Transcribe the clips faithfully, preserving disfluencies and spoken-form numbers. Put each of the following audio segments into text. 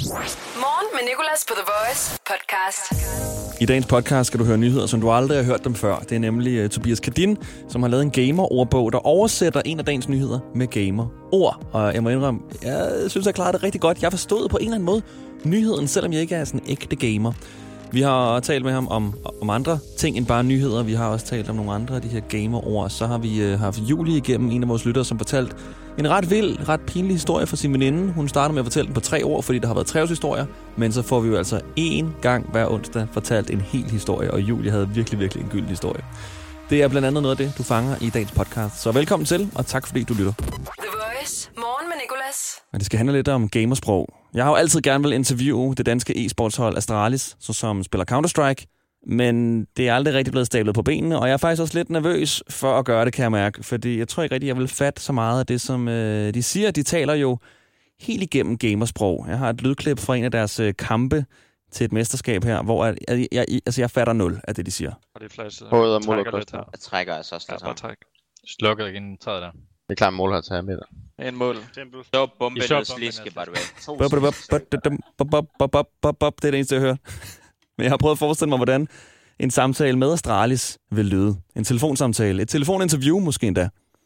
Morgen med Nicolas på The Voice podcast. I dagens podcast skal du høre nyheder, som du aldrig har hørt dem før. Det er nemlig uh, Tobias Kadin, som har lavet en gamer-ordbog, der oversætter en af dagens nyheder med gamer-ord. Og jeg må indrømme, jeg synes, jeg klarer det rigtig godt. Jeg har forstået på en eller anden måde nyheden, selvom jeg ikke er sådan en ægte gamer. Vi har talt med ham om, om andre ting end bare nyheder. Vi har også talt om nogle andre af de her gamer-ord. Så har vi uh, haft Julie igennem, en af vores lyttere, som fortalt en ret vild, ret pinlig historie fra sin veninde. Hun starter med at fortælle den på tre ord, fordi der har været tre historier. Men så får vi jo altså én gang hver onsdag fortalt en hel historie, og Julie havde virkelig, virkelig en gylden historie. Det er blandt andet noget af det, du fanger i dagens podcast. Så velkommen til, og tak fordi du lytter. The Voice. Morgen med Nicolas. Og det skal handle lidt om gamersprog. Jeg har jo altid gerne vil interviewe det danske e-sportshold Astralis, som spiller Counter-Strike. Men det er aldrig rigtig blevet stablet på benene, og jeg er faktisk også lidt nervøs for at gøre det, kan jeg mærke. Fordi jeg tror ikke rigtig, jeg vil fatte så meget af det, som øh, de siger. De taler jo helt igennem gamersprog. Jeg har et lydklip fra en af deres øh, kampe til et mesterskab her, hvor jeg, jeg, jeg, altså jeg fatter nul af det, de siger. Og det er flashet. Både og mål og kost. Jeg trækker altså også Ja, lidt bare ham. træk. Slukker igen træet der. Det er klart, mål har taget med dig. En mål. Så bomben I så ned bomben sliske, ned. by the way. To Bop, bop, bop, sliske. bop, bop, bop, bop, bop, bop. Det er det eneste, jeg hører. Men jeg har prøvet at forestille mig, hvordan en samtale med Astralis vil lyde. En telefonsamtale. Et telefoninterview måske endda.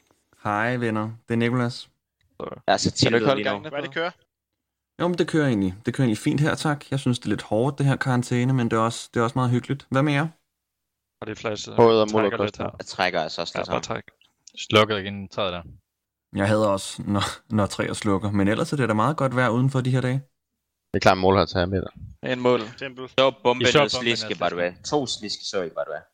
Hej venner, det er Nicolas. Jeg er så Kan du ikke tilbud holde lige nu. gangen? Hvad det kører? Jo, men det kører egentlig. Det kører egentlig fint her, tak. Jeg synes, det er lidt hårdt, det her karantæne, men det er også, det er også meget hyggeligt. Hvad med jer? Og det er flashet. Både og mål og Trækker kost. lidt her. Jeg trækker altså også Ja, lidt bare ham. træk. Slukker igen træet der. Jeg hader også, når, når træer slukker. Men ellers er det da meget godt vejr udenfor de her dage. Det er klart, mål har taget med dig. En mål. Så bomben I så ned bomben sliske, ned by the way. To sliske, så I, by the way.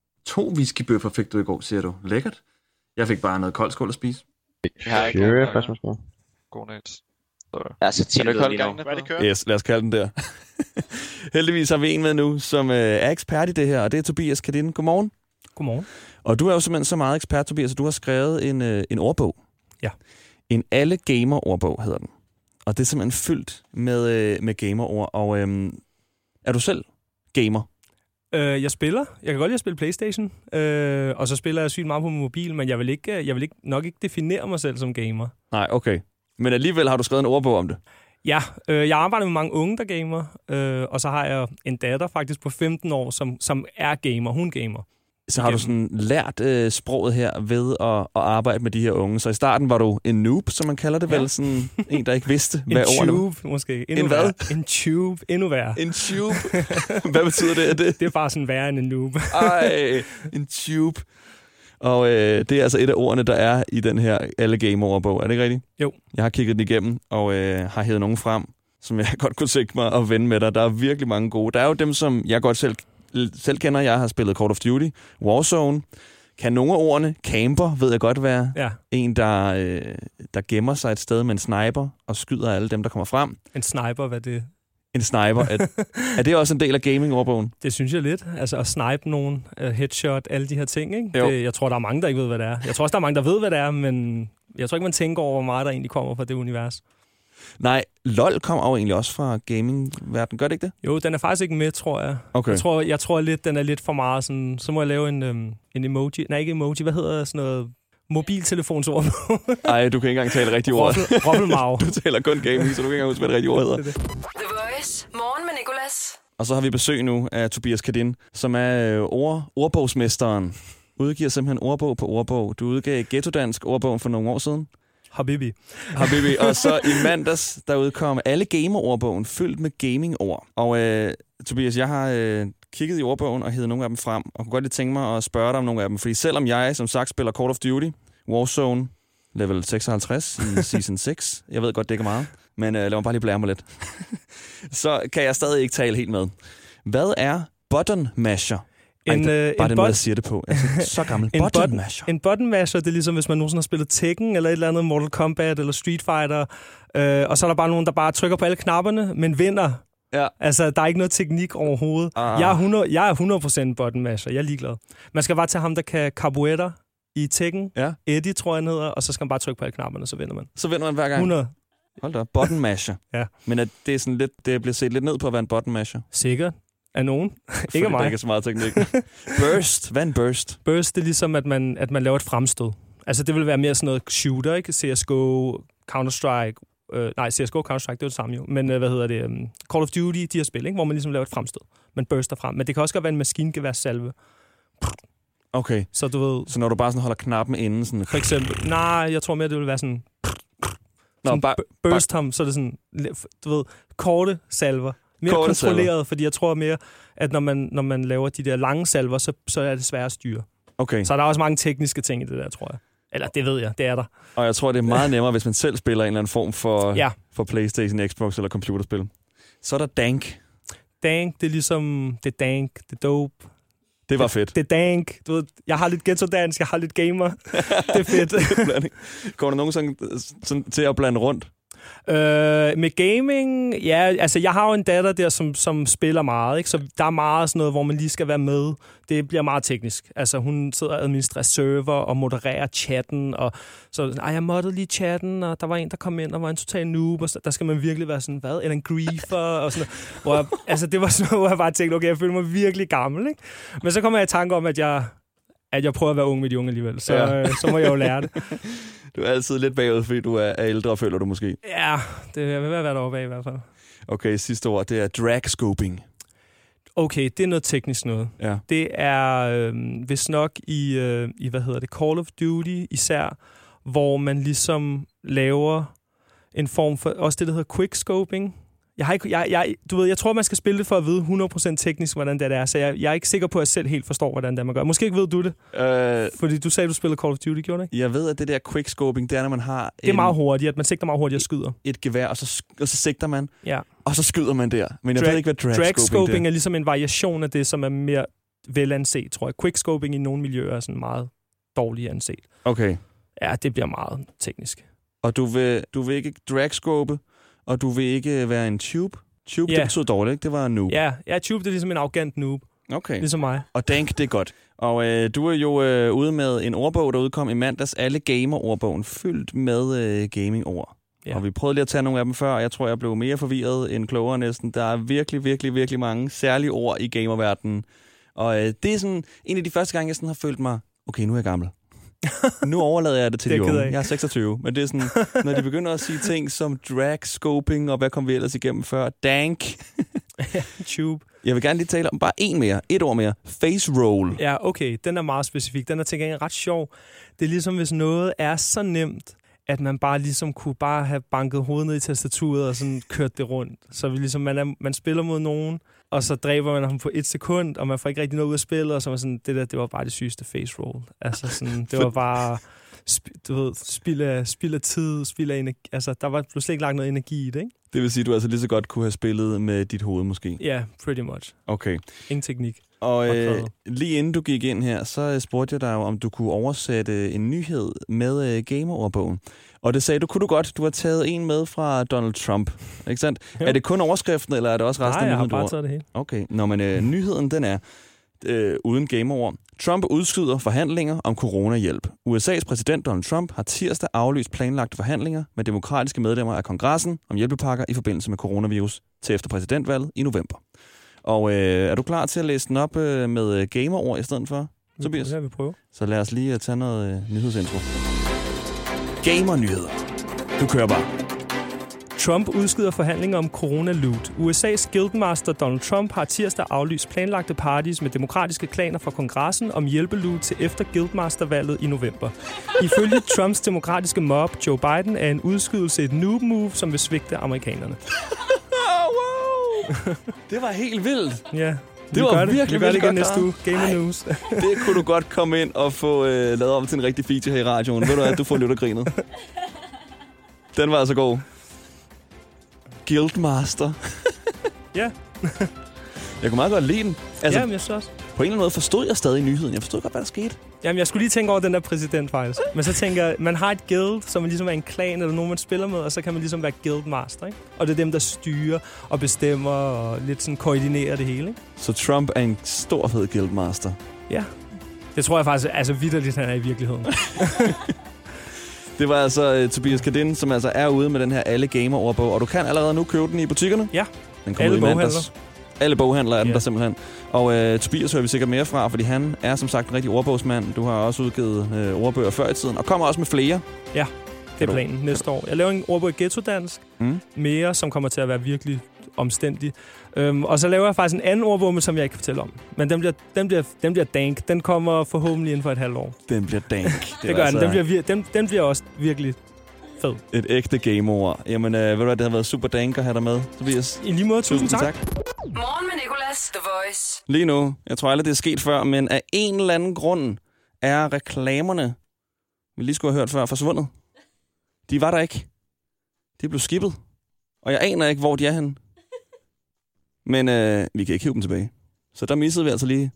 To whiskybøffer fik du i går, siger du. Lækkert. Jeg fik bare noget kold skål at spise. Jeg har ikke Fury, først måske. God nat. Så. Jeg er så Kan du ikke tilbud holde lige nu. gangen? Hvad det kører? Yes, lad os kalde den der. Heldigvis har vi en med nu, som øh, er ekspert i det her, og det er Tobias Kadin. Godmorgen. Godmorgen. Og du er jo simpelthen så meget ekspert, Tobias, at du har skrevet en, øh, en ordbog. Ja. En alle gamer-ordbog hedder den. Og det er simpelthen fyldt med, øh, med gamer-ord. Og øh, er du selv gamer? Øh, jeg spiller. Jeg kan godt lide at spille PlayStation. Øh, og så spiller jeg sygt meget på min mobil, men jeg vil, ikke, jeg vil ikke, nok ikke definere mig selv som gamer. Nej, okay. Men alligevel har du skrevet en ordbog om det. Ja, øh, jeg arbejder med mange unge, der gamer. Øh, og så har jeg en datter faktisk på femten år, som, som er gamer. Hun gamer. Så har du sådan lært øh, sproget her ved at, at arbejde med de her unge. Så i starten var du en noob, som man kalder det, ja. Vel? Sådan en, der ikke vidste, hvad En ordene var. tube, måske. Endnu En hvad? værre. En tube. Endnu værre. En tube? Hvad betyder det? Er det? Det er bare sådan værre end en noob. Ej, en tube. Og øh, det er altså et af ordene, der er i den her alle gamer-ordbog. Er det ikke rigtigt? Jo. Jeg har kigget den igennem, og øh, har hævet nogen frem, som jeg godt kunne tænke mig at vende med dig. Der er virkelig mange gode. Der er jo dem, som jeg godt selv, selv kender. Jeg har spillet Call of Duty, Warzone. Kan nogle af ordene, camper, ved jeg godt være. Ja. En, der, øh, der gemmer sig et sted med en sniper og skyder alle dem, der kommer frem. En sniper, hvad det En sniper. Er, er det også en del af gaming-ordbogen? Det synes jeg lidt. Altså at snipe nogen, uh, headshot, alle de her ting, ikke? Jo. Det, jeg tror, der er mange, der ikke ved, hvad det er. Jeg tror også, der er mange, der ved, hvad det er, men jeg tror ikke, man tænker over, hvor meget der egentlig kommer fra det univers. Nej, LOL kommer jo egentlig også fra gaming-verdenen. Gør det ikke det? Jo, den er faktisk ikke med, tror jeg. Okay. Jeg tror, jeg tror lidt, den er lidt for meget sådan... Så må jeg lave en, øhm, en emoji. Nej, ikke emoji. Hvad hedder sådan noget? Mobiltelefonsord. Ej, du kan ikke engang tale rigtige ord. Roffel- Roffelmav. Du taler kun gaming, så du kan ikke engang huske, hvad det rigtige ord hedder. The Voice. Morgen med Nicolas. Og så har vi besøg nu af Tobias Kadin, som er øh, ord, ordbogsmesteren. Udgiver simpelthen ordbog på ordbog. Du udgav Ghetto-dansk ordbogen for nogle år siden. Habibi. Habibi. Og så i mandags, der udkom alle gamer-ordbogen fyldt med gaming-ord. Og øh, Tobias, jeg har øh, kigget i ordbogen og hævet nogle af dem frem, og kunne godt lige tænke mig at spørge dig om nogle af dem. Fordi selvom jeg, som sagt, spiller Call of Duty, Warzone, level seksoghalvtreds i Season seks, jeg ved godt, det ikke er meget, men øh, lad mig bare lige blære mig lidt, så kan jeg stadig ikke tale helt med. Hvad er button masher? Ej, En, det, øh, bare en den bot- måde, jeg siger det på. Altså, så gammel. En Button button- masher. En button masher, det er ligesom, hvis man nogensinde har spillet Tekken, eller et eller andet Mortal Kombat, eller Street Fighter, øh, og så er der bare nogen, der bare trykker på alle knapperne, men vinder. Ja. Altså, der er ikke noget teknik overhovedet. Ah. Jeg er hundrede, jeg er hundrede procent button masher, jeg er ligeglad. Man skal bare tage ham, der kan carbuetter i Tekken. Ja. Eddie, tror jeg, han hedder, og så skal man bare trykke på alle knapperne, så vinder man. Så vinder man hver gang. hundrede. Hold da op. Button masher. Ja. Men at det er sådan lidt, det bliver set lidt ned på at være en button masher. Sikkert. Af nogen. Fordi Ikke af der mig. ikke er så meget teknik. Burst. Hvad er en burst? Burst, det er ligesom, at man, at man laver et fremstød. Altså, det vil være mere sådan noget shooter, ikke? C S G O, Counter-Strike, Øh, nej, C S G O, Counter-Strike, det er det samme jo. Men øh, hvad hedder det? Um, Call of Duty, de her spil, ikke? Hvor man ligesom laver et fremstød. Man burster frem. Men det kan også godt være en maskingeværssalve. Okay. Så du ved... Så når du bare sådan holder knappen inde, sådan... For eksempel... Nej, jeg tror mere, det vil være sådan... Nå, sådan bare, burst ham, så er det sådan... Du ved, korte salver. Mere korte kontrolleret, salver. Fordi jeg tror mere, at når man, når man laver de der lange salver, så, så er det svært at styre. Okay. Så er der også mange tekniske ting i det der, tror jeg. Eller det ved jeg, det er der. Og jeg tror, det er meget nemmere, hvis man selv spiller en eller anden form for, ja. for PlayStation, Xbox eller computerspil. Så er der dank. Dank, det er ligesom... Det er dank, det er dope. Det var fedt. Det, det er dank. Du ved, jeg har lidt ghetto-dans, jeg har lidt gamer. Det er fedt. Går der nogen sådan, sådan til at blande rundt? Øh, med gaming, ja, altså jeg har jo en datter der, som, som spiller meget, ikke? Så der er meget sådan noget, hvor man lige skal være med. Det bliver meget teknisk. Altså hun sidder og administrerer server og modererer chatten, og så, ej, jeg moddede lige chatten, og der var en, der kom ind og var en total noob, og så, der skal man virkelig være sådan, hvad, eller en griefer, og sådan noget. Hvor jeg, altså det var sådan noget, hvor jeg bare tænkte, okay, jeg føler mig virkelig gammel, ikke? Men så kommer jeg i tanke om, at jeg, at jeg prøver at være ung med de unge alligevel, så, ja. øh, så må jeg jo lære det. Du er altid lidt bagud, fordi du er ældre, føler du måske. Ja, det vil være deroppe af i hvert fald. Okay, sidste ord, det er dragscoping. Okay, det er noget teknisk noget. Ja. Det er øh, vist nok i, øh, i, hvad hedder det, Call of Duty især, hvor man ligesom laver en form for, også det, der hedder quickscoping. Jeg, har ikke, jeg, jeg, du ved, jeg tror, man skal spille det for at vide hundrede procent teknisk, hvordan det er. Så jeg, jeg er ikke sikker på, at jeg selv helt forstår, hvordan det er, man gør. Måske ikke ved du det. Øh, fordi du sagde, du spillede Call of Duty, gjorde du ikke? Jeg ved, at det der quickscoping, det er, når man har... Det er en, meget hurtigt, at man sigter meget hurtigt og skyder. Et gevær, og så, og så sigter man, ja. Og så skyder man der. Men jeg Drag, ved ikke, hvad dragscoping, dragscoping er. er ligesom en variation af det, som er mere velanset, tror jeg. Quickscoping i nogle miljøer er sådan meget dårligt anset. Okay. Ja, det bliver meget teknisk. Og du vil, du vil ikke dragscope, og du vil ikke være en tube? Tube, yeah. det betyder dårligt, ikke? Det var en noob. Ja, ja, tube, det er ligesom en arrogant noob. Okay. Ligesom mig. Og dank, det er godt. Og øh, du er jo øh, ude med en ordbog, der udkom i mandags. Alle gamer-ordbogen, fyldt med øh, gaming-ord. Ja. Og vi prøvede lige at tage nogle af dem før, og jeg tror, jeg blev mere forvirret end klogere næsten. Der er virkelig, virkelig, virkelig mange særlige ord i gamerverdenen. Og øh, det er sådan en af de første gange, jeg sådan har følt mig, okay, nu er jeg gammel. Nu overlader jeg det til det de unge. Jeg. jeg er seksogtyve, men det er sådan, når de begynder at sige ting som dragscoping, og hvad kom vi ellers igennem før? Dank. Tube. Jeg vil gerne lige tale om bare en mere, et ord mere. Face roll. Ja, okay. Den er meget specifik. Den er til gengæld ret sjov. Det er ligesom, hvis noget er så nemt, at man bare ligesom kunne bare have banket hovedet ned i tastaturet og sådan kørt det rundt. Så vi ligesom, man, er, man spiller mod nogen, og så dræber man ham på et sekund, og man får ikke rigtig noget ud af spillet, og så var sådan, det der, det var bare det sygeste face roll. Altså sådan, det var bare, du ved, spild af, spild af tid, spild af energi. Altså, der var pludselig ikke lagt noget energi i det, ikke? Det vil sige, at du altså lige så godt kunne have spillet med dit hoved, måske? Ja, yeah, pretty much. Okay. Ingen teknik. Og øh, lige inden du gik ind her, så spurgte jeg dig om du kunne oversætte en nyhed med øh, gamerordbogen. Og det sagde du, kunne du godt. Du har taget en med fra Donald Trump, ikke sandt? Jo. Er det kun overskriften, eller er det også resten Nej, af nyheden? Nej, jeg har bare taget det hele. Okay, nå, men øh, nyheden den er, øh, uden gamerord. Trump udskyder forhandlinger om coronahjælp. U S A's præsident Donald Trump har tirsdag aflyst planlagte forhandlinger med demokratiske medlemmer af kongressen om hjælpepakker i forbindelse med coronavirus til efter præsidentvalget i november. Og øh, er du klar til at læse den op øh, med gamerord i stedet for, Tobias? Det vil vi prøve. Så lad os lige uh, tage noget øh, nyhedsintro. Gamer-nyheder. Du kører bare. Trump udskyder forhandlinger om corona-loot. U S A's guildmaster Donald Trump har tirsdag aflyst planlagte parties med demokratiske klaner fra kongressen om hjælpeloot til efter guildmastervalget i november. Ifølge Trumps demokratiske mob, Joe Biden, er en udskydelse et noob-move, som vil svigte amerikanerne. Wow! Det var helt vildt. Ja. Det var det. virkelig, vi gør det igen virkelig næste uge. Gamer Ej, News. Det kunne du godt komme ind og få øh, lavet om til en rigtig feature her i radioen. Ved du hvad, du får lyttergrinet. Den var altså god. Guildmaster. Ja. Jeg kunne meget godt lide den. Altså, Jamen, jeg synes også. På en eller anden måde forstod jeg stadig nyheden. Jeg forstod godt, hvad der skete. Jamen, jeg skulle lige tænke over den der præsident, faktisk. Men så tænker jeg, man har et guild, som man ligesom er en klan eller nogen, man spiller med, og så kan man ligesom være guildmaster, ikke? Og det er dem, der styrer og bestemmer og lidt sådan koordinerer det hele, ikke? Så Trump er en stor fed guildmaster. Ja. Det tror jeg faktisk, altså vitterligt, han er i virkeligheden. Det var altså uh, Tobias Kadin, som altså er ude med den her Alle Gamer-ordbog, og du kan allerede nu købe den i butikkerne. Ja. Den kommer alle ud i mandags. Alle boghandlere er den yeah. der simpelthen. Og uh, Tobias hører vi sikkert mere fra, fordi han er som sagt en rigtig ordbogsmand. Du har også udgivet uh, ordbøger før i tiden, og kommer også med flere. Ja. Det er planen næste år. Jeg laver en ordbog i ghetto-dansk. Mm. Mere, som kommer til at være virkelig omstændig. Øhm, og så laver jeg faktisk en anden ordbog, som jeg ikke kan fortælle om. Men den bliver, den bliver, den bliver dank. Den kommer forhåbentlig inden for et halvt år. Den bliver dank. Det, det gør altså... den. Den bliver, den, den bliver også virkelig fed. Et ægte gameord. Jamen, øh, ved du hvad, det har været super dank at have dig med, Tobias. I lige måde, tusind, tusind tak. tak. Morgen med Nicolas, The Voice. Lige nu, jeg tror aldrig, det er sket før, men af en eller anden grund er reklamerne, vi lige skulle have hørt før, forsvundet. De var der ikke. De blev skippet. Og jeg aner ikke, hvor de er henne. Men øh, vi kan ikke hive dem tilbage. Så der missede vi altså lige.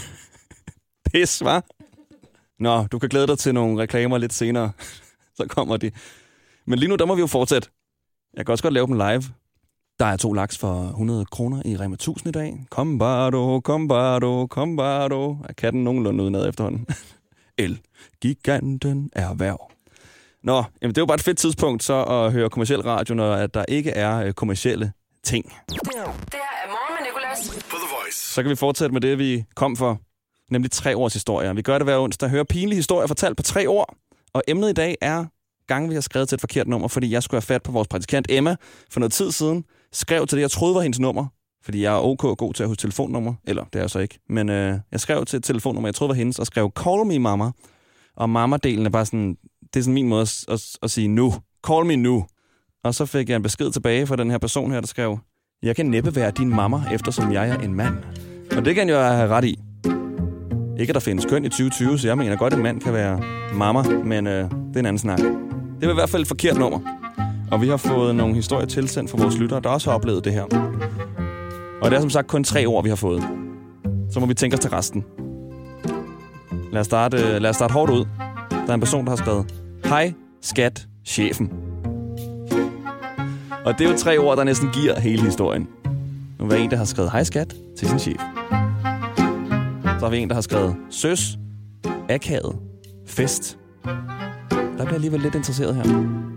Pis, hva'? Nå, du kan glæde dig til nogle reklamer lidt senere. Så kommer de. Men lige nu, der må vi jo fortsætte. Jeg kan også godt lave dem live. Der er to laks for hundrede kroner i Rema tusind i dag. Kom bare du, kom bare du, kom bare du. Jeg kan den nogenlunde udenad efterhånden. El. Giganten er værv. Nå, jamen det er jo bare et fedt tidspunkt så at høre kommerciel radio, når at der ikke er øh, kommercielle ting. Det her er Morgen med Nicolas. På The Voice. Så kan vi fortsætte med det, vi kom for, nemlig tre års historier. Vi gør det hver onsdag. Hører pinlige historier fortalt på tre år. Og emnet i dag er gange, vi har skrevet til et forkert nummer, fordi jeg skulle have fat på vores praktikant Emma for noget tid siden. Skrev til det, jeg troede var hendes nummer, fordi jeg er ok god til at huske telefonnummer. Eller, det er jeg så ikke. Men øh, jeg skrev til et telefonnummer, jeg troede var hendes, og skrev call me mama. Og mamma-delen er bare sådan, det er sådan min måde at, at, at sige nu. Call me nu. Og så fik jeg en besked tilbage fra den her person her, der skrev, jeg kan næppe være din mamma, eftersom jeg er en mand. Og det kan jeg have ret i. Ikke at der findes køn i tyve tyve, så jeg mener godt, at en mand kan være mamma, men øh, det er en anden snak. Det er i hvert fald et forkert nummer. Og vi har fået nogle historier tilsendt fra vores lyttere, der også har oplevet det her. Og det er som sagt kun tre år, vi har fået. Så må vi tænke os til resten. Lad os starte, lad os starte hårdt ud. Der er en person, der har skrevet, hej, skat, chefen. Og det er jo tre ord, der næsten giver hele historien. Nu er der en, der har skrevet, hej skat, til sin chef. Så har vi en, der har skrevet, søs, akavet, fest. Der bliver alligevel lidt interesseret her.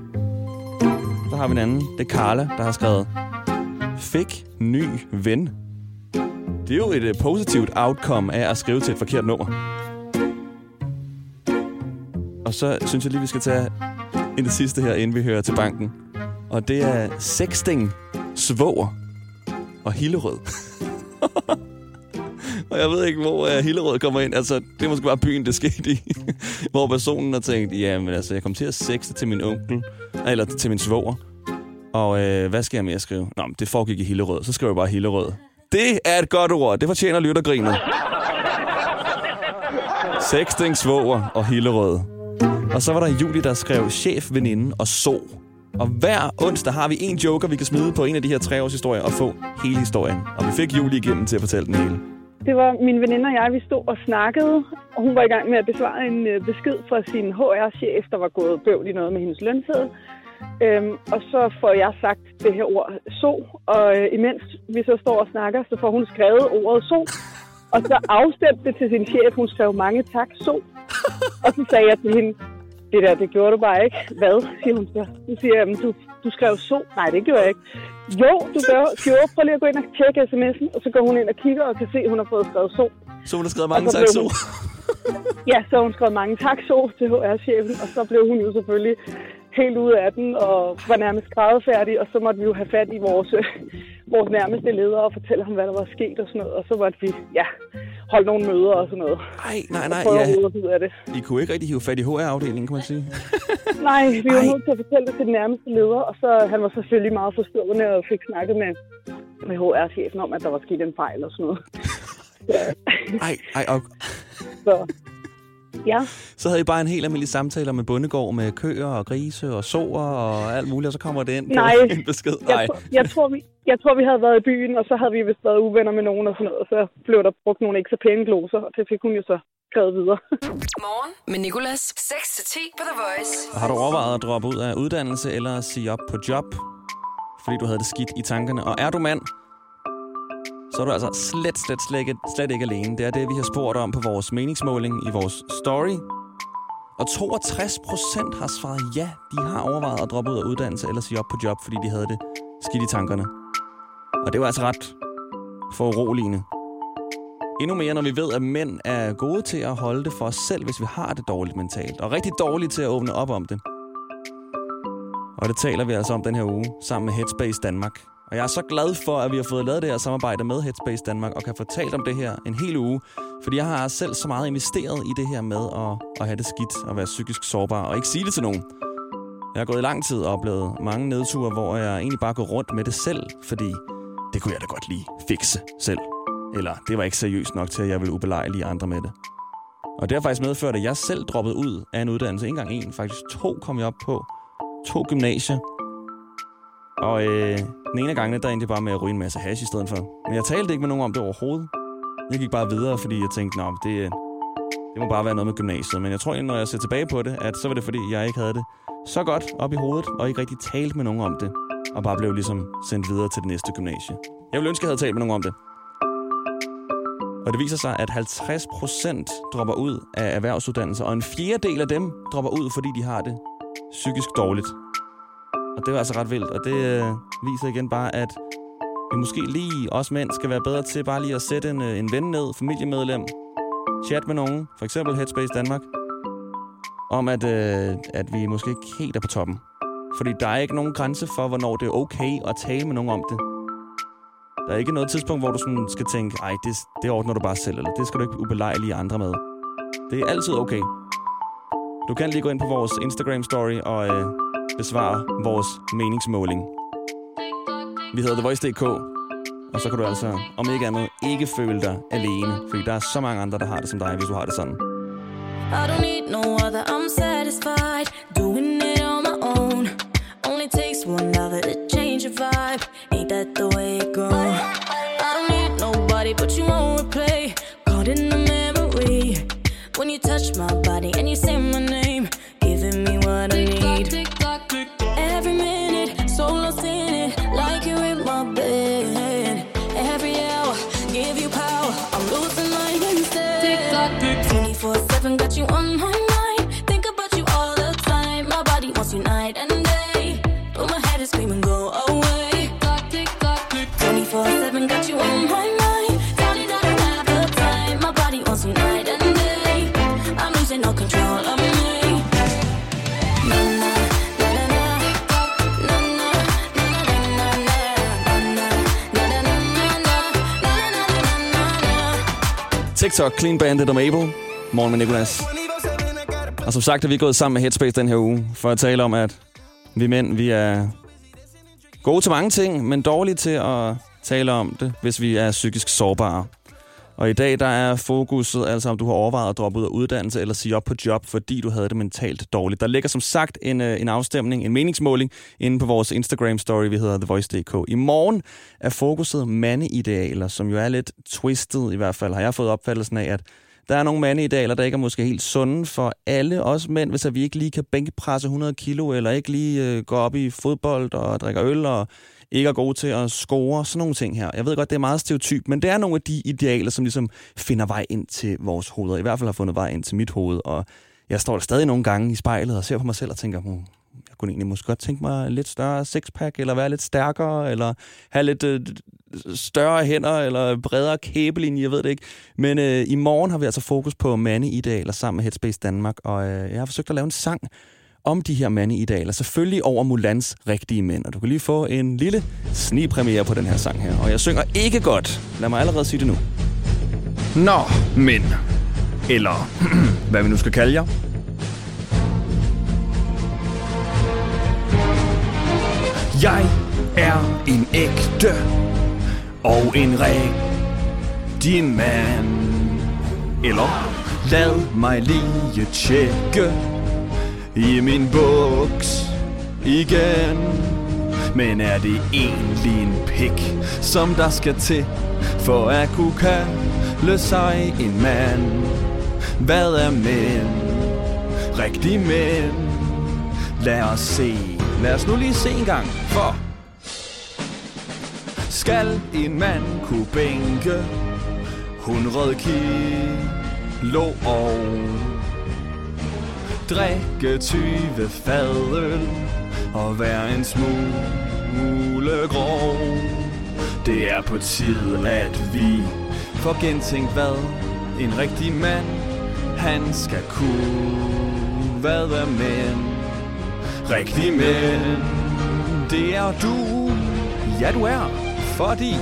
Så har vi en anden, det er Carla, der har skrevet, fik ny ven. Det er jo et uh, positivt outcome af at skrive til et forkert nummer. Og så synes jeg lige, vi skal tage en det sidste her, inden vi hører til banken. Og det er sexting, svoger og Hillerød. Og jeg ved ikke, hvor uh, Hillerød kommer ind. Altså, det er måske bare byen, det skete i. Hvor personen har tænkt, jamen altså, jeg kom til at sexe til min onkel, eller til min svoger. Og øh, hvad skal jeg med at skrive? Nå, det foregik i Hillerød. Så skriver jeg bare Hillerød. Det er et godt ord. Det fortjener lyttergrinet. Sexting, svoger og Hillerød. Og så var der Julie, der skrev chef, veninde og så. Og hver onsdag har vi en joker, vi kan smide på en af de her tre års historier og få hele historien. Og vi fik Julie igennem til at fortælle den hele. Det var min veninde og jeg, vi stod og snakkede, og hun var i gang med at besvare en besked fra sin H R-chef, der var gået bøvl i noget med hendes lønseddel. Øhm, og så får jeg sagt det her ord så, og øh, imens vi så står og snakker, så får hun skrevet ordet så. Og så afstemte det til sin chef, hun skrev mange tak, så. Og så sagde jeg til hende, det der, det gjorde du bare ikke. Hvad, siger hun så. Så siger jeg, du, du skrev så. Nej, det gjorde jeg ikke. Jo, du gør. Jo, prøv lige at gå ind og tjekke sms'en, og så går hun ind og kigger og kan se, at hun har fået skrevet så. Så hun har skrevet mange tak, så? Ja, så hun skrev mange tak, så til H R-chefen, og så blev hun jo selvfølgelig helt ude af den, og var nærmest grædefærdig, og så måtte vi jo have fat i vores, øh, vores nærmeste ledere og fortælle ham, hvad der var sket og sådan noget, og så måtte vi, ja, holde nogle møder og sådan noget. Nej, nej, nej, ja. Ud af det. I kunne ikke rigtig hive fat i H R-afdelingen, kan man sige. Nej, vi var nødt til at fortælle det til den nærmeste leder, og så han var selvfølgelig meget forstående og fik snakket med, med H R-chefen om, at der var sket en fejl og sådan noget. Ej, ej, og... Så... Ja. Så havde I bare en helt almindelig samtaler med bondegård med køer og grise og soer og alt muligt, og så kommer det ind på Nej. en besked. Nej, jeg, jeg, tror, vi, jeg tror, vi havde været i byen, og så havde vi vist været uvenner med nogen og sådan noget, og så blev der brugt nogle ikke så pæne gloser, og det fik hun jo så skrevet videre. Morgen med Nicolas, seks til ti på The Voice. Og har du overvejet at droppe ud af uddannelse eller at sige op på job, fordi du havde det skidt i tankerne? Og er du mand, så er du altså slet, slet, slet, ikke, slet ikke alene. Det er det, vi har spurgt om på vores meningsmåling i vores story. Og toogtres procent har svaret ja, de har overvejet at droppe ud af uddannelse eller sige op på job, fordi de havde det skidt i tankerne. Og det var altså ret foruroligende. Endnu mere, når vi ved, at mænd er gode til at holde det for os selv, hvis vi har det dårligt mentalt. Og rigtig dårlige til at åbne op om det. Og det taler vi altså om den her uge, sammen med Headspace Danmark. Og jeg er så glad for, at vi har fået lavet det her samarbejde med Headspace Danmark, og kan få talt om det her en hel uge. Fordi jeg har selv så meget investeret i det her med at, at have det skidt og være psykisk sårbar, og ikke sige det til nogen. Jeg har gået i lang tid og oplevet mange nedture, hvor jeg egentlig bare går rundt med det selv, fordi det kunne jeg da godt lige fikse selv. Eller det var ikke seriøst nok til, at jeg ville ubelejlige andre med det. Og det har faktisk medført, at jeg selv droppede ud af en uddannelse. Ikke engang en, faktisk to kom jeg op på. To gymnasier. Og øh, den ene af gangene, der endte jeg bare med at ryge en masse hash i stedet for. Men jeg talte ikke med nogen om det overhovedet. Jeg gik bare videre, fordi jeg tænkte, nå, det, det må bare være noget med gymnasiet. Men jeg tror, når jeg ser tilbage på det, at så var det fordi, jeg ikke havde det så godt op i hovedet, og ikke rigtig talte med nogen om det. Og bare blev ligesom sendt videre til det næste gymnasie. Jeg ville ønske, at jeg havde talt med nogen om det. Og det viser sig, at halvtreds procent dropper ud af erhvervsuddannelser, og en fjerdedel af dem dropper ud, fordi de har det psykisk dårligt. Og det er altså ret vildt, og det øh, viser igen bare, at vi måske lige, os mænd, skal være bedre til bare lige at sætte en, en ven ned, familiemedlem, chat med nogen, for eksempel Headspace Danmark, om at, øh, at vi måske ikke helt er på toppen. Fordi der er ikke nogen grænse for, hvornår det er okay at tale med nogen om det. Der er ikke noget tidspunkt, hvor du sådan skal tænke, ej, det, det ordner du bare selv, eller det skal du ikke ubelejlige andre med. Det er altid okay. Du kan lige gå ind på vores Instagram-story og øh, besvare vores meningsmåling. Vi hedder The Voice punktum d k, og så kan du altså, om ikke andet, ikke føle dig alene, fordi der er så mange andre, der har det som dig, hvis du har det sådan. I don't need no other, I'm satisfied doing it on my own. Only takes one lover to change your vibe. Ain't that the way it goes? I don't need nobody, but you won't replay. Caught in the memory when you touch my body and you say my name, giving me what I need. Every minute, so lost in it, like you're in my bed. Every hour, give you power, I'm losing mine instead. twenty-four seven, got you on my mind. Think about you all the time. My body wants you night and day, but my head is screaming, go away. twenty-four seven, got you on my mind. Tell me that I don't have the time. My body wants you night and day. I'm losing all control of me. TikTok, Clean Bandit og Mabel. Morgen med Nicolas. Og som sagt er vi gået sammen med Headspace den her uge for at tale om, at vi mænd, vi er gode til mange ting, men dårlige til at tale om det, hvis vi er psykisk sårbare. Og i dag, der er fokuset altså, om du har overvejet at droppe ud af uddannelse eller sige op på job, fordi du havde det mentalt dårligt. Der ligger som sagt en, en afstemning, en meningsmåling inde på vores Instagram-story, vi hedder The Voice punktum d k. I morgen er fokuset mandeidealer, som jo er lidt twisted i hvert fald, har jeg fået opfattelsen af, at der er nogle mandeidealer, der ikke er måske helt sunde for alle os mænd, hvis vi ikke lige kan bænkpresse hundrede kilo, eller ikke lige øh, gå op i fodbold og drikker øl, og ikke er gode til at score, sådan nogle ting her. Jeg ved godt, det er meget stereotyp, men det er nogle af de idealer, som ligesom finder vej ind til vores hoveder. I hvert fald har fundet vej ind til mit hoved, og jeg står der stadig nogle gange i spejlet og ser på mig selv og tænker, hmm, jeg kunne egentlig måske godt tænke mig lidt større sixpack, eller være lidt stærkere, eller have lidt øh, større hænder, eller bredere kæbelinje, jeg ved det ikke. Men øh, i morgen har vi altså fokus på mandeidealer sammen med Headspace Danmark, og øh, jeg har forsøgt at lave en sang om de her mandeidealer, selvfølgelig over Mulans rigtige mænd. Og du kan lige få en lille snigpremiere på den her sang her. Og jeg synger ikke godt. Lad mig allerede sige det nu. Nå, mænd. Eller hvad vi nu skal kalde jer. Jeg er en ægte og en rigtig mand. Eller lad mig lige tjekke i min buks igen. Men er det egentlig en pik, som der skal til for at kunne kalde sig en mand? Hvad er mænd? Rigtige mænd? Lad os se. Lad os nu lige se en gang. For skal en mand kunne bænke hundrede kilo og drikke tyve fadøl og være en smule grov? Det er på tide, at vi får gentænkt, hvad en rigtig mand, han skal kunne. Hvad er mænd? Rigtig mænd, det er du. Ja, du er. Fordi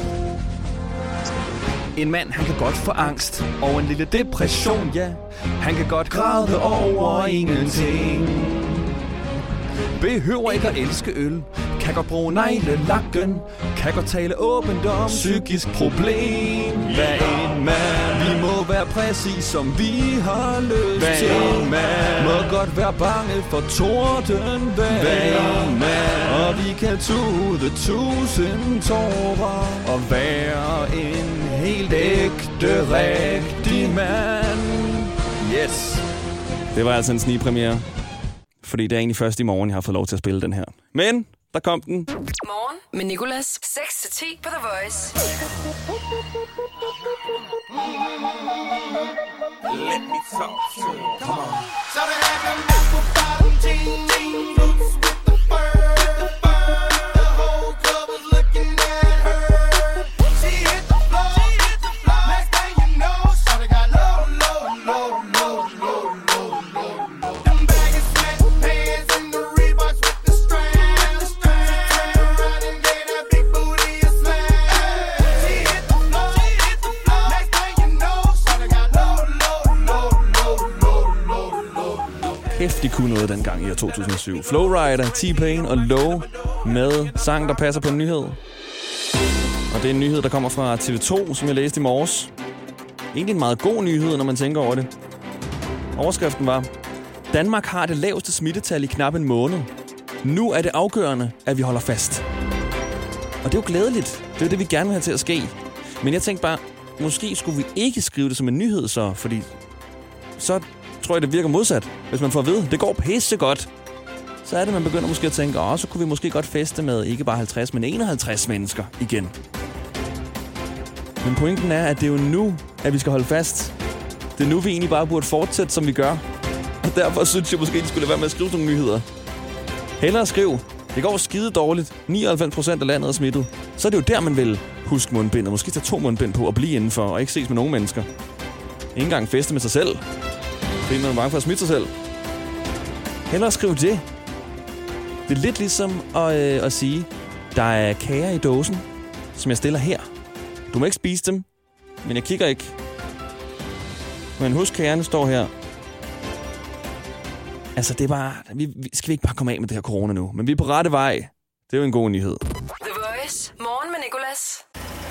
en mand, han kan godt få angst og en lille depression, ja. Han kan godt græde over ingenting. Behøver ikke at elske øl. Kan godt bruge neglelakken. Kan godt tale åbent om psykisk problem. Hvad en mand. Vi må være præcis som vi har lyst Hvad til. En mand. Må godt være bange for torden. Hvad en mand. Og vi kan tude tusind tårer. Og være en helt ægte, rigtig mand. Yes. Det var altså en snigpremiere. Fordi det er egentlig først i morgen, jeg har fået lov til at spille den her. Men der kom den. Morgen med Nicolas. seks til ti på The Voice. Let me talk to you. Come on. So they had them apple bottom jean, jean boots with the fur. The fur. The whole club was looking at her. She hit the floor. She hit the floor. Next thing you know, shawty got low, low, low, low, low, low, low, low. Them baggy sweatpants and the Reeboks with the strap. The strap. Turn around and gave that big booty a slap. She hit the floor. She hit the floor. Next thing you know, shawty got low, low, low, low, low, low, low, low. Kæft, de kunne noget dengang i år to tusind og syv. Flowrider, T-Pain og Low med sang, der passer på en nyhed. Og det er en nyhed, der kommer fra T V to, som jeg læste i morges. Egentlig en meget god nyhed, når man tænker over det. Overskriften var: Danmark har det laveste smittetal i knap en måned. Nu er det afgørende, at vi holder fast. Og det er jo glædeligt. Det er det, vi gerne vil have til at ske. Men jeg tænkte bare, måske skulle vi ikke skrive det som en nyhed så, fordi så tror jeg, det virker modsat. Hvis man får at vide, det går pisse godt, så er det, man begynder måske at tænke, åh, så kunne vi måske godt feste med ikke bare halvtreds, men enoghalvtreds mennesker igen. Men pointen er, at det er jo nu, at vi skal holde fast. Det er nu, vi egentlig bare burde fortsætte, som vi gør. Og derfor synes jeg måske, at de skulle lade være med at skrive nogle nyheder. Hellere skriv, det går skide dårligt. nioghalvfems procent af landet er smittet. Så er det jo der, man vil huske mundbind, og måske tage to mundbind på og blive indenfor, og ikke ses med nogen mennesker. Ikke engang feste med sig selv. Fordi man er bange for at smitte sig selv. Hellere skriv det. Det er lidt ligesom at, øh, at sige, der er kager i dåsen, som jeg stiller her. Du må ikke spise dem, men jeg kigger ikke. Men husk, kagerne står her. Altså, det er bare... Vi, vi, skal vi ikke bare komme af med det her corona nu? Men vi er på rette vej. Det er jo en god nyhed. The Voice. Morgen med Nicolas.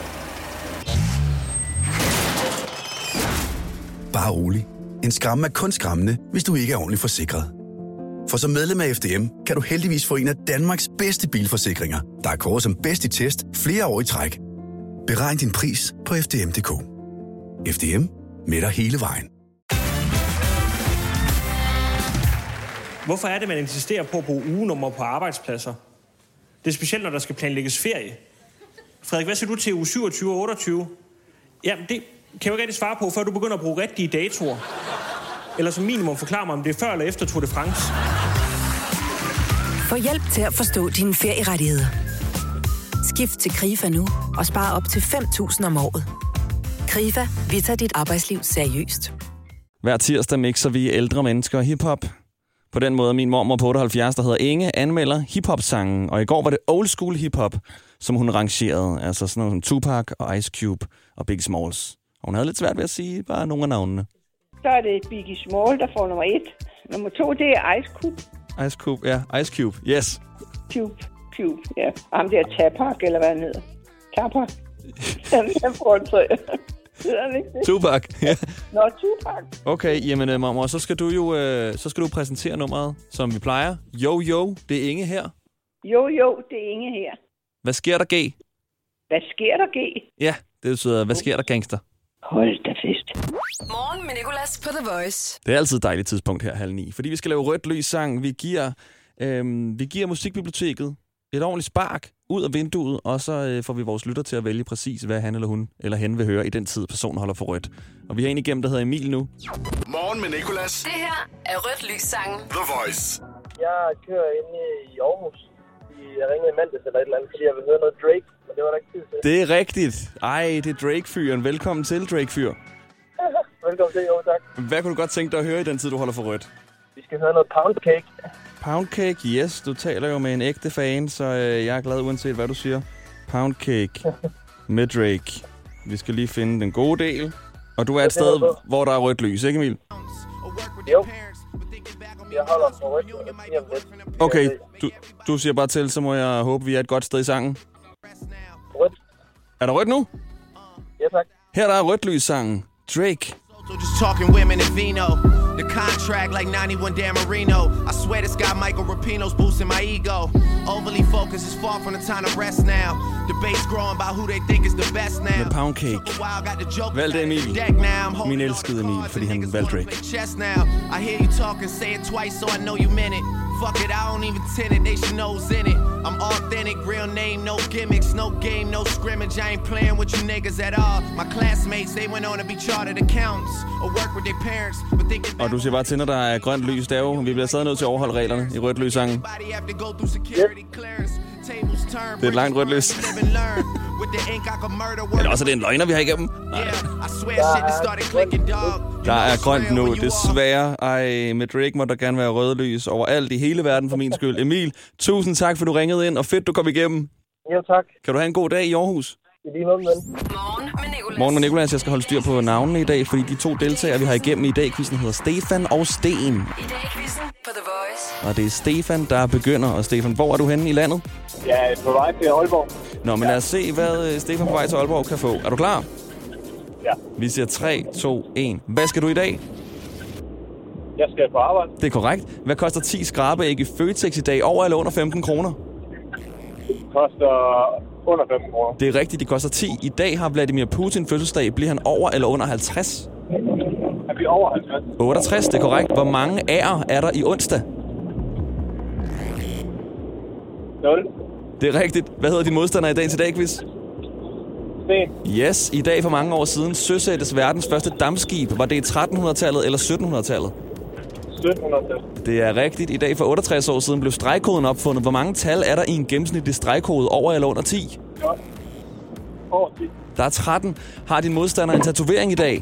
Bare rolig. En skramme er kun skræmmende, hvis du ikke er ordentligt forsikret. For som medlem af F D M kan du heldigvis få en af Danmarks bedste bilforsikringer, der er kåret som bedst i test flere år i træk. Beregn din pris på f d m punktum d k. F D M med dig hele vejen. Hvorfor er det, man insisterer på at bruge ugenummer på arbejdspladser? Det er specielt, når der skal planlægges ferie. Frederik, hvad siger du til uge syvogtyve og otteogtyve? Jamen, det kan jeg jo ikke rigtig svare på, før du begynder at bruge rigtige datoer. Eller som minimum forklare mig, om det er før eller efter Tour de France. Få hjælp til at forstå dine ferierettigheder. Skift til Krifa nu og spar op til fem tusind om året. Krifa, vi tager dit arbejdsliv seriøst. Hver tirsdag mixer vi ældre mennesker og hiphop. På den måde min mormor på otteoghalvfjerds, der hedder Inge, anmelder hiphop-sangen. Og i går var det old school hiphop, som hun rangerede. Altså sådan noget som Tupac og Ice Cube og Biggie Smalls. Og hun havde lidt svært ved at sige bare nogle af navnene. Så er det Biggie Small, der får nummer et. Nummer to, det er Ice Cube. Ice Cube, ja. Ice Cube, yes. Cube, Cube, ja. Ham der Tapak, eller hvad han hedder. Tapak. Jeg får det, så Tupac, ja. Nå, Tupac. Okay, jamen uh, mormor, så skal du jo uh, så skal du præsentere nummeret, som vi plejer. Jo, jo, det er Inge her. Jo, jo, det er Inge her. Hvad sker der, G? Hvad sker der, G? Ja, det betyder, hvad sker der, gangster? Hold da fest. Morgen med Nicolas på The Voice. Det er altid et dejligt tidspunkt her, halv ni. Fordi vi skal lave rødt lys sang. Vi giver, øhm, vi giver musikbiblioteket et ordentligt spark ud af vinduet, og så øh, får vi vores lytter til at vælge præcis, hvad han eller hun eller hen vil høre i den tid, personen holder for rødt. Og vi har en igennem, der hedder Emil nu. Morgen med Nicolas. Det her er rødt lys sangen. The Voice. Jeg kører inde i Aarhus. Jeg ringede i mandags eller et eller andet, fordi jeg ville høre noget Drake, men det var der ikke tid til. Det er rigtigt. Ej, det er Drake-fyren. Velkommen til, Drake-fyr. Velkommen til, jo tak. Hvad kunne du godt tænke dig at høre i den tid, du holder for rødt? Vi skal høre noget Pound Cake. Poundcake, yes. Du taler jo med en ægte fan, så øh, jeg er glad uanset, hvad du siger. Poundcake med Drake. Vi skal lige finde den gode del. Og du er et sted, hvor der er rødt lys, ikke Emil? Jo. Jeg holder på rødt lys. Okay, du, du siger bare til, så må jeg håbe, vi er et godt sted i sangen. Rødt. Er der rødt nu? Ja, tak. Her der er rødt lys sangen. Drake. Just talking women and vino. The contract like ninety-one Dan Marino. I swear this guy Michael Rapino's boosting my ego. Overly focused is far from the time to rest now. Debates growing about who they think is the best now. Med Poundcake. Valgte Emil. Min elskede Emil, fordi han valgte Drake. I hear you talk and say it twice so I know you meant it. Fuck it, I don't even tend it, they should know's in it. I'm authentic, real name, no gimmicks, no game, no scrimmage. I ain't playing with you niggas at all. My classmates, they went on to be chartered accountants or work with their parents. But thinking Og du siger bare til, når der er grønt lys, der jo. Vi bliver stadig nødt til at overholde reglerne i rødt lyssangen. Det er et langt rødt lys. Eller også er det en løgner, vi har igennem. Nej. Der er grønt nu, desværre. Ej, med Drake må der gerne være røde lys overalt i hele verden for min skyld. Emil, tusind tak, for du ringede ind, og fedt, du kom igennem. Jo, tak. Kan du have en god dag i Aarhus? I lige måde, men. Morgen med Nicolas. Jeg skal holde styr på navnene i dag, fordi de to deltagere, vi har igennem i dag, quizzen hedder Stefan og Sten. I dag quizzen på The Voice. Og det er Stefan, der begynder. Og Stefan, hvor er du henne i landet? Jeg er på vej til Aalborg. Nå, men lad os se, hvad Stefan på vej til Aalborg kan få. Er du klar? Ja. Vi siger tre, to, et. Hvad skal du i dag? Jeg skal på arbejde. Det er korrekt. Hvad koster ti skrabeæg i Føtex i dag? Over eller under femten kroner? Det koster under femten kroner. Det er rigtigt, det koster ti. I dag har Vladimir Putin fødselsdag. Bliver han over eller under halvtreds? Han bliver over halvtreds. otteogtres, det er korrekt. Hvor mange ærer er der i onsdag? nul. Det er rigtigt. Hvad hedder din modstander i dagens i dag, quiz? Sten. Yes, i dag for mange år siden søsættes verdens første dampskib. Var det i trettenhundredetallet eller syttenhundredetallet? syttenhundredetallet. Det er rigtigt. I dag for otteogtres år siden blev stregkoden opfundet. Hvor mange tal er der i en gennemsnitlig stregkode? Over eller under ti? Over ti. Der er tretten. Har din modstander en tatovering i dag?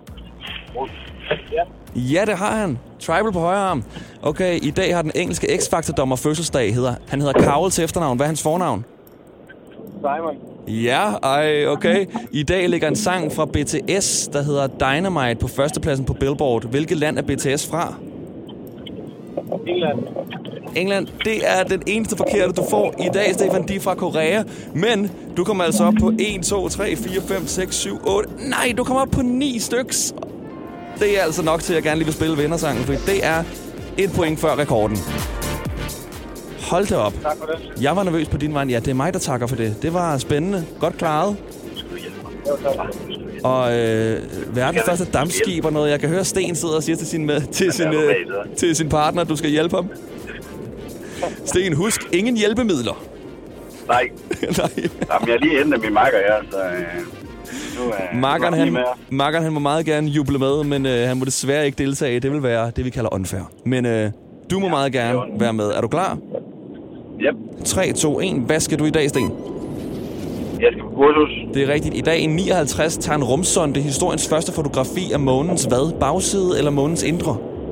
Ja. Ja, det har han. Tribal på højre arm. Okay, i dag har den engelske X-Factor-dommer fødselsdag. Hedder. Han hedder Cowell til efternavn. Hvad er hans fornavn? Simon. Ja, ej, okay. I dag ligger en sang fra B T S, der hedder Dynamite på førstepladsen på Billboard. Hvilket land er B T S fra? England. England, det er den eneste forkerte, du får i dag, Stefan. De er fra Korea. Men du kommer altså op på en, to, tre, fire, fem, seks, syv, otte... Nej, du kommer op på ni styks. Det er altså nok til, at jeg gerne lige vil spille vindersangen, for det er et point før rekorden. Hold det op. Tak for det. Jeg var nervøs på din vej. Ja, det er mig, der takker for det. Det var spændende. Godt klaret. Og øh, verdens første dampskib og noget. Jeg kan høre, Sten sidder og siger til sin, med, til sin, øh, til sin partner, at du skal hjælpe ham. Sten, husk, ingen hjælpemidler. Nej. Nej. Jamen, jeg er lige hentet min makker her, så... Øh, nu er Makkeren, han, Makkeren, han må meget gerne juble med, men øh, han må desværre ikke deltage. Det vil være det, vi kalder unfair. Men øh, du må ja, meget gerne være med. Er du klar? Yep. tre, to, et. Hvad skal du i dag, Sten? Jeg skal på kursus. Det er rigtigt. I dag i nioghalvtreds tager en rumsonde historiens første fotografi af månens hvad? Bagside eller månens indre?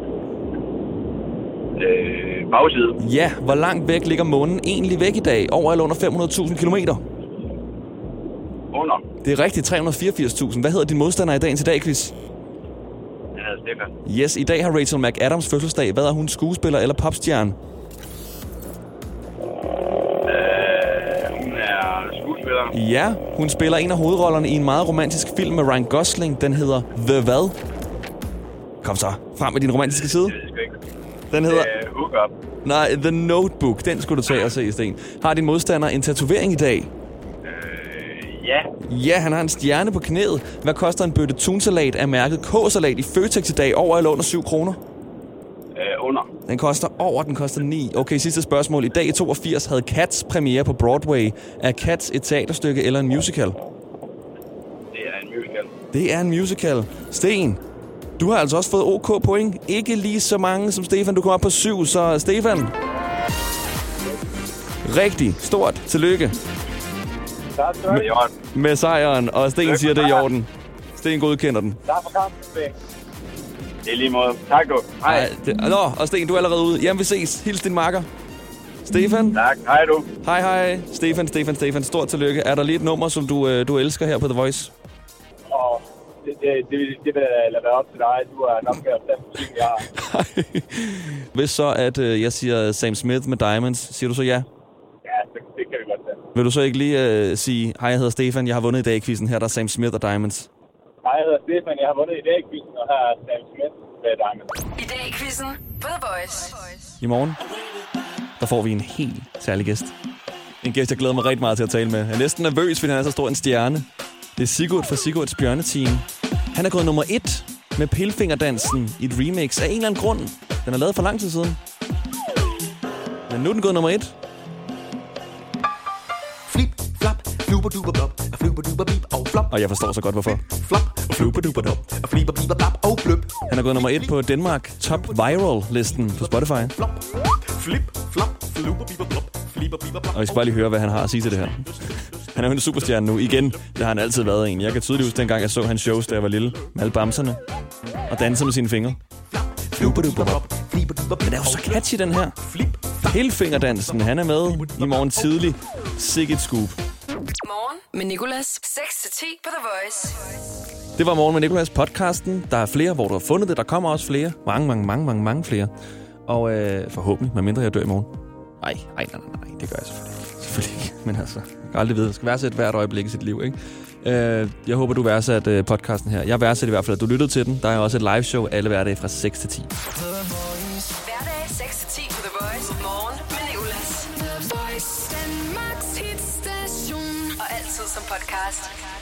Øh, bagside. Ja, hvor langt væk ligger månen egentlig væk i dag? Over eller under fem hundrede tusind kilometer? Under. Det er rigtigt. tre hundrede og fireogfirs tusind. Hvad hedder din modstander i dagens i dag, quiz? Jeg hedder Stefan. Yes, i dag har Rachel McAdams fødselsdag. Hvad er hun? Skuespiller eller popstjerne? Ja, hun spiller en af hovedrollerne i en meget romantisk film med Ryan Gosling. Den hedder The Hvad? Kom så, frem med din romantiske side. Den hedder... Uh, hook up. Nej, The Notebook. Den skulle du tage og se, Sten. Har din modstander en tatovering i dag? Uh, ja. Ja, han har en stjerne på knæet. Hvad koster en bøtte tunsalat af mærket K-salat i Føtex i dag? Over eller under syv kroner? Uh, under. Den koster over, den koster ni. Okay, sidste spørgsmål. I dag i toogfirs havde Cats premiere på Broadway. Er Cats et teaterstykke eller en musical? Det er en musical. Det er en musical. Sten, du har altså også fået OK point. Ikke lige så mange som Stefan. Du kommer op på syv, så Stefan. Rigtig stort tillykke. Tak, tak. Med, med sejren, og Sten siger det i orden. Sten godkender den. Tak for kampen, Sten. Det er lige måde. Tak, du. Hej. Ej, det, nå, og Sten, du er allerede ude. Jamen, vi ses. Hils din makker. Stefan? Tak. Hej, du. Hej, hej. Stefan, Stefan, Stefan. Stort tillykke. Er der lige et nummer, som du, øh, du elsker her på The Voice? Og det, det, det, det vil jeg lade være op til dig. Du er nok mere den musik, jeg har. Hvis så, at øh, jeg siger Sam Smith med Diamonds, siger du så ja? Ja, det, det kan vi godt tage. Vil du så ikke lige øh, sige, hej, jeg hedder Stefan, jeg har vundet i dag-quizzen. Her der er Sam Smith og Diamonds. Hej, jeg hedder Stefan, jeg har vundet i dag-quizzen, og her er Sam Smith med Diamonds. I dag-quizzen på The Voice. I morgen, der får vi en helt særlig gæst. En gæst, jeg glæder mig rigtig meget til at tale med. Jeg er næsten nervøs, fordi han er så stor en stjerne. Det er Sigurd fra Sigurds Bjørneteam. Han er gået nummer et med Pilfingerdansen i et remix af en eller anden grund. Den er lavet for lang tid siden. Men nu er den gået nummer et. Flip, flap, fluber, duber, blop, fluber, duber, bip, og flop. Og jeg forstår så godt, hvorfor. Flop, fluber, duber, blop, fliber, biber, blap, og bløb. Han er gået nummer et på Danmark Top Viral-listen på Spotify. Flop, flip, flop, fluber, biber, blop, fliber, biber, blap. Og vi skal bare lige høre, hvad han har at sige til det her. Han er jo en superstjerne nu. Igen, det har han altid været en. Jeg kan tydeligt huske, dengang jeg så hans shows, da jeg var lille. Med alle bamserne. Og danser med sine fingre. Men det er jo så catchy, den her. Pilfingerdansen. Han er med i morgen tidlig. Sikkert scoop. Morgen med Nicolas. seks til ti på The Voice. Det var Morgen med Nicolas podcasten. Der er flere, hvor du har fundet det. Der kommer også flere. Mange, mange, mange, mange, mange flere. Og øh, forhåbentlig, medmindre jeg dør i morgen. Nej, nej, nej, nej, det gør jeg selvfølgelig ikke. Selvfølgelig ikke. Men altså, jeg kan aldrig vide. Det skal værdsætte hvert øjeblik i sit liv, ikke? Uh, jeg håber, du værdsætter uh, podcasten her. Jeg værdsætter i hvert fald, at du lyttede til den. Der er også et live show alle hverdage fra seks til ti. Hverdag seks til ti på The Voice. Morgen med Nicolas. The Voice. Danmarks hitstation. Og altid som podcast.